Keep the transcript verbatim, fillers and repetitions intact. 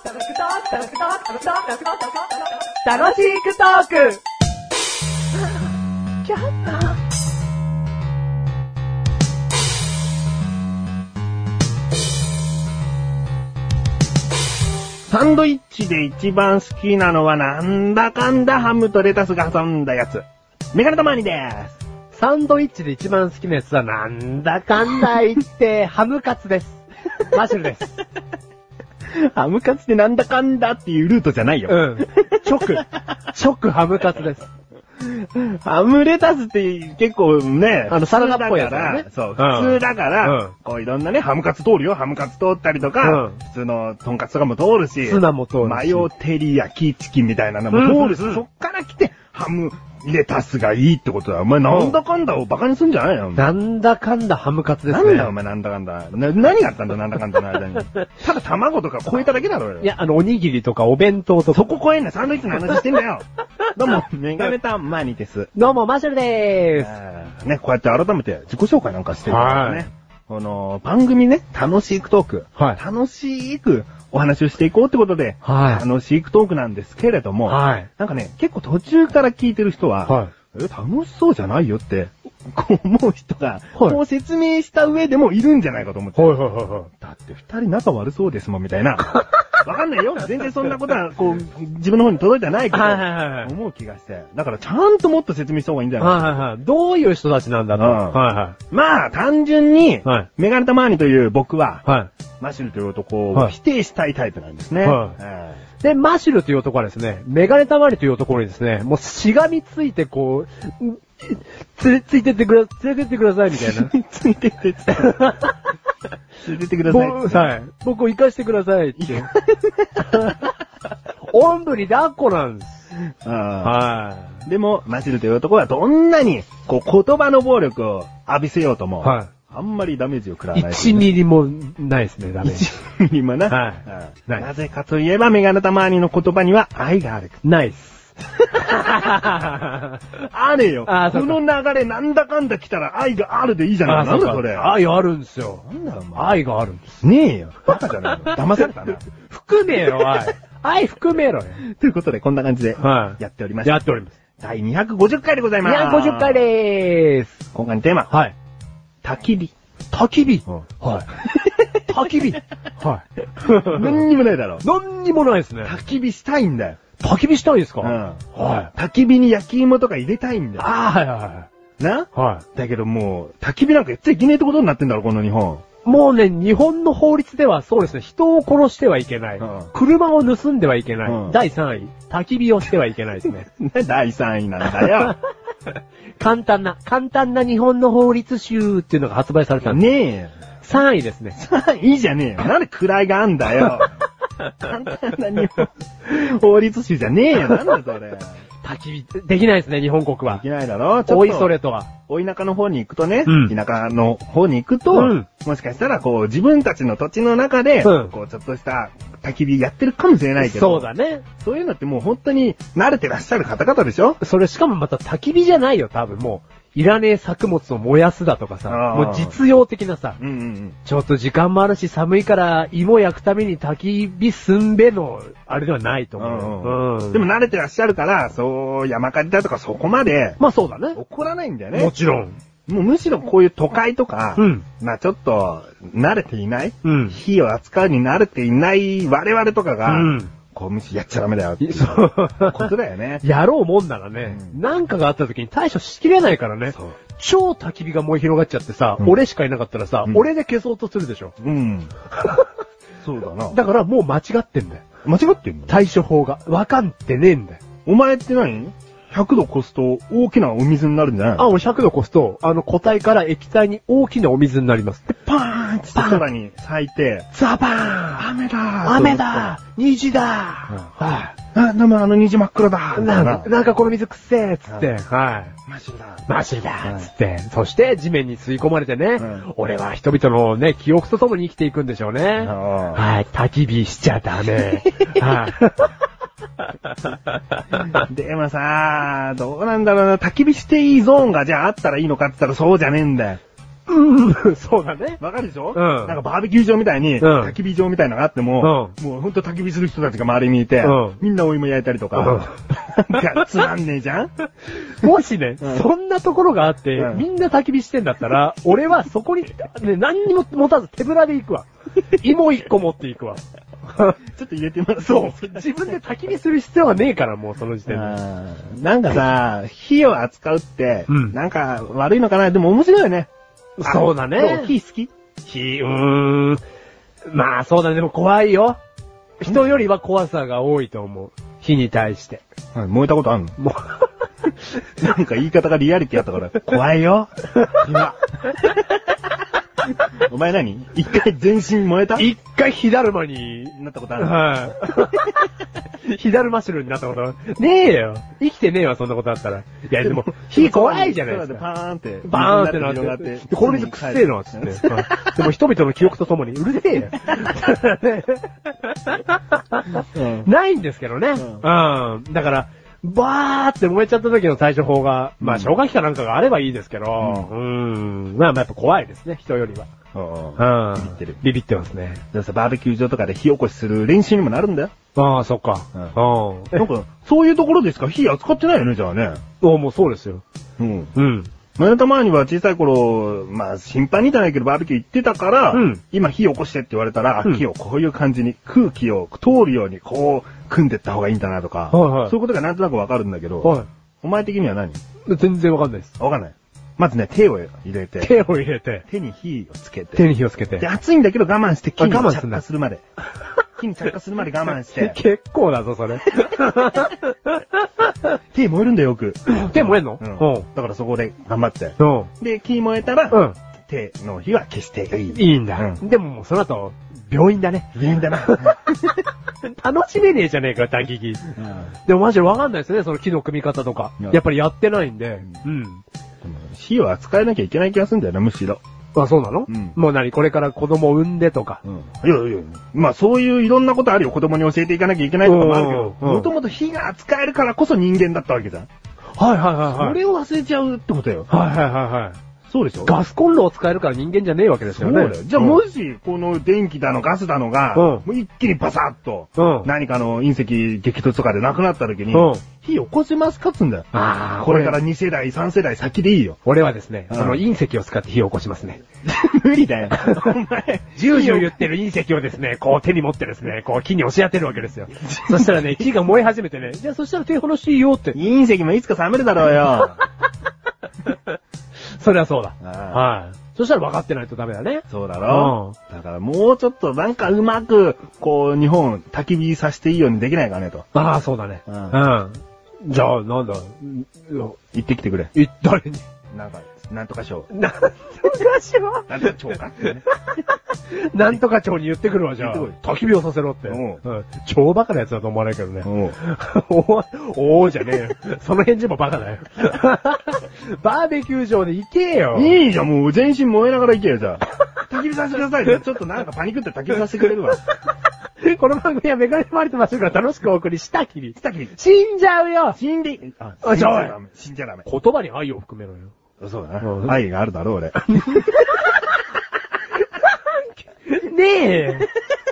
楽しくトークサンドイッチで一番好きなのはなんだかんだハムとレタスが挟んだやつ。メガネたまにでーす。 サンドイッチで一番好きなやつはなんだかんだ言ってハムカツです。マシュルです。 ハムカツってなんだかんだっていうルートじゃないよ。 うん。直、直ハムカツです。 ハムレタスって結構ね、 あのサラダっぽいやつだね。 そう、普通だから、 うん、 こういろんなね、ハムカツ通るよ。ハムカツ通ったりとか、うん、普通のトンカツとかも通るし、 ツナも通るし、 マヨテリヤキチキンみたいなのも通るし、うんうんうん、そっから来て、ハム、レタスがいいってことだ。お前なんだかんだをバカにすんじゃないよ。 なんだかんだハムカツですね。 なんだお前なんだかんだ。な、何があったんだなんだかんだの間に。ただ卵とか超えただけだろよ。 いや、あの、おにぎりとかお弁当とか。 そこ超えんな、サンドイッチの話してんだよ。どうも、メガネタマニです。 どうも、マシュルでーす。ね、こうやって改めて自己紹介なんかしてるからね。はい、この、番組ね、楽しいトーク。はい。楽しくお話をしていこうってことで、はい。楽しいトークなんですけれども、はい。なんかね、結構途中から聞いてる人は、はい。え、楽しそうじゃないよって、こう思う人が、はい、こう説明した上でもいるんじゃないかと思って。はいはいはいはい。だって二人仲悪そうですもんみたいな。わかんないよ。全然そんなことは、こう、自分の方に届いてはないけど、はいはいはい、思う気がして。だからちゃんともっと説明した方がいいんじゃないか。はいはいはい。 どういう人たちなんだと。うん、はいはい。 まあ、単純に、はい、メガネタマーニという僕は、はい、マシュルという男を否定したいタイプなんですね。はいはいはい、 で、マシュルという男はですね、メガネタマーニという男にですね、もうしがみついてこう、つ、ついてってくだ、連れてってくださいみたいな。 ついてってって。連れてってください。 はい。僕を生かしてくださいって。おんぶに抱っこなんです。 はい。でも、マシルという男はどんなに、こう、言葉の暴力を浴びせようとも、はい。あんまりダメージを食らわない、ね。 一ミリもないですね、ダメージ。 一ミリもな。はい。はい、なぜかといえば、メガネタマーニの言葉には愛がある。 ないっす。 あれよ。この流れなんだかんだ来たら愛があるでいいじゃない。なんだそれ。 愛あるんですよ。 なんだお前。 愛があるんです。 ねえよ。バカじゃないの。騙されたな。 含めよ、愛。愛含めろよ。 ということで、こんな感じで、やっております。 やっております。 だいにひゃくごじゅっかいでございます。 にひゃくごじゅっかいでーす。 今回のテーマ。はい。焚き火。 焚き火、うん、はい。焚き火はい。 何にもないだろ。 何にもないですね。 焚き火したいんだよ。 焚き火したいですか？うん。 はい。焚き火に焼き芋とか入れたいんだよ。 ああ、はいはいはい。 な？はい。だけどもう、焚き火なんかやっちゃいけないってことになってんだろ、この日本。 もうね、日本の法律ではそうですね、人を殺してはいけない。うん、車を盗んではいけない。うん、だいさんい、焚き火をしてはいけないですね。 だいさんいなんだよ。 簡単な、簡単な日本の法律集っていうのが発売されたんです。 ねえ。 さんいですね。 さんいじゃねえよ。なんで位があんだよ。簡単な日本法律集じゃねえよ。なんだそれ。 焚き火、できないですね、日本国は。 できないだろ。 おいそれとは。 お田舎の方に行くとね、うん、田舎の方に行くと、うん、もしかしたらこう自分たちの土地の中で、うん、こうちょっとした焚き火やってるかもしれないけど。 そうだね。 そういうのってもう本当に慣れてらっしゃる方々でしょ？ それしかもまた焚き火じゃないよ、多分もう。いらねえ作物を燃やすだとかさ、もう実用的なさ、うんうんうん、ちょっと時間もあるし寒いから芋焼くために焚き火すんべの、あれではないと思う、うんうん。 でも慣れてらっしゃるから、そう、山火事だとかそこまで、 まあそうだね。 起こらないんだよね。 もちろん。 もうむしろこういう都会とか、うん、まあちょっと慣れていない、うん、火を扱うに慣れていない我々とかが、うんこう、むしやっちゃダメだよっていうことだよね。 やろうもんならね、うん、なんかがあった時に対処しきれないからね。超焚き火が燃え広がっちゃってさ、うん、俺しかいなかったらさ、うん、俺で消そうとするでしょ。うん。 そうだな。 だからもう間違ってんだよ。 間違ってんの？ 対処法が。わかってねえんだよ。 お前って何？ひゃくど越すと大きなお水になるんじゃないの？ あ、俺ひゃくど越すと、あの固体から液体に大きなお水になります。 で、パーンって空に咲いて、 ザバーン雨だ雨だ虹だ、うん、はい。 あ、でもあの虹真っ黒だなんか、なんかこの水くっせーつって、 はい。マジだマジだつって、そして地面に吸い込まれてね、うん、俺は人々のね、記憶とともに生きていくんでしょうね。はい。焚き火しちゃダメ。はい。 でもさ、どうなんだろうな、焚き火していいゾーンがじゃああったらいいのかって言ったらそうじゃねえんだよ。 うん、そうだね。 わかるでしょ？ うん。 なんかバーベキュー場みたいに、うん、焚き火場みたいなのがあっても、うん、もうほんと焚き火する人たちが周りにいて、うん、みんなお芋焼いたりとか、うん、なんかつまんねえじゃん？ もしね、うん、そんなところがあって、うん、みんな焚き火してんだったら、俺はそこに、ね、何にも持たず手ぶらで行くわ。芋一個持っていくわ。ちょっと入れてます。 そう。自分で焚き火する必要はねえから、もうその時点で。なんかさ、火を扱うって、うん、なんか悪いのかな？でも面白いよね。 そうだね。 火好き？ 火、うーん。まあそうだね。でも怖いよ。人よりは怖さが多いと思う。火に対して。 はい、燃えたことあるの？もう。なんか言い方がリアリティあったから、怖いよ。今。お前何？一回全身燃えた？ 一回火だるまになったことある？ はい。火だるま汁になったことねえよ。生きてねえわ、そんなことあったら。いや、でも、火怖いじゃないですか。 パーンって。 バーンってなって。で、この水くっせえの、つって。でも人々の記憶とともに、うるせえよ。ないんですけどね。うん。だから、バーって燃えちゃった時の対処法が、まあ、消火器かなんかがあればいいですけど、うん。うんまあ、まあ、やっぱ怖いですね、人よりは。うん。ビビってる。ビビってますね。 でさ、バーベキュー場とかで火起こしする練習にもなるんだよ。 ああ、そっか。 うん。なんか、そういうところですか？火扱ってないよね、じゃあね。 ああ、もうそうですよ。 うん。うん。前の前には小さい頃、まあ、頻繁にじゃないけどバーベキュー行ってたから、うん、今火起こしてって言われたら、うん、火をこういう感じに、空気を通るようにこう、組んでった方がいいんだなとか、はいはい、そういうことがなんとなくわかるんだけど、はい、お前的には何？ 全然わかんないです。 わかんない。まずね、手を入れて。 手を入れて。 手に火をつけて。 手に火をつけて。 で、熱いんだけど我慢して火に着火するまで。火に着火するまで我慢して。 結構だぞ、それ。 手燃えるんだよ、よく。 手燃えんの？ うん。だからそこで頑張って。うん。で、火燃えたら、うん。手の火は消していい。 いいんだ。うん。でももうその後、病院だね。 病院だな。 楽しめねえじゃねえか、焚き火。うん。でもマジでわかんないですね、その木の組み方とか。やっぱりやってないんで。うん。 火を扱えなきゃいけない気がするんだよな、むしろ。 あ、そうなの？うん。もう何これから子供を産んでとか。うん。 いやいや、まあそういういろんなことあるよ。子供に教えていかなきゃいけないとかもあるけど、もともと火が扱えるからこそ人間だったわけじゃん。 はいはいはいはい。 それを忘れちゃうってことよ。 はいはいはいはい。 そうでしょ？ ガスコンロを使えるから人間じゃねえわけですよね。 そうだよ。じゃあもし、この電気だのガスだのが、うん、もう一気にバサッと、うん、何かの隕石激突とかでなくなった時に、うん、火起こせますかっつんだよ。ああ。これからに世代、さん世代先でいいよ。 俺はですね、その隕石を使って火を起こしますね。 無理だよ。お前、 十字を言ってる隕石をですね、こう手に持ってですね、こう木に押し当てるわけですよ。そしたらね、木が燃え始めてね、じゃあそしたら手放していいよって。 隕石もいつか冷めるだろうよ。 それはそうだ。はい。そしたら分かってないとダメだね。 そうだろ。うん、だからもうちょっとなんかうまく、こう、日本、焚き火させていいようにできないかねと。 ああ、そうだね。うん。うん、じゃあ、なんだ。 行ってきてくれ。 い、誰に？ なんか、なんとか賞。 なんとか賞なんとか町かってね。 なんとか町に言ってくるわ、じゃあ。焚き火をさせろって。うん。超バカなやつだと思わないけどね。おおおじゃねえよ。その返事もバカだよ。バーベキュー場で行けよ。 いいじゃん、もう全身燃えながら行けよ、じゃあ。焚き火させてくださいよ。ちょっとなんかパニックって焚き火させてくれるわ。 この番組はメガネ回りとマシュから楽しくお送りしたきり。 したきり。 死んじゃうよ。 死んで、 あ、死んじゃダメ。 死んじゃダメ。 言葉に愛を含めろよ。 そうだな。愛があるだろう、俺。 ねえ。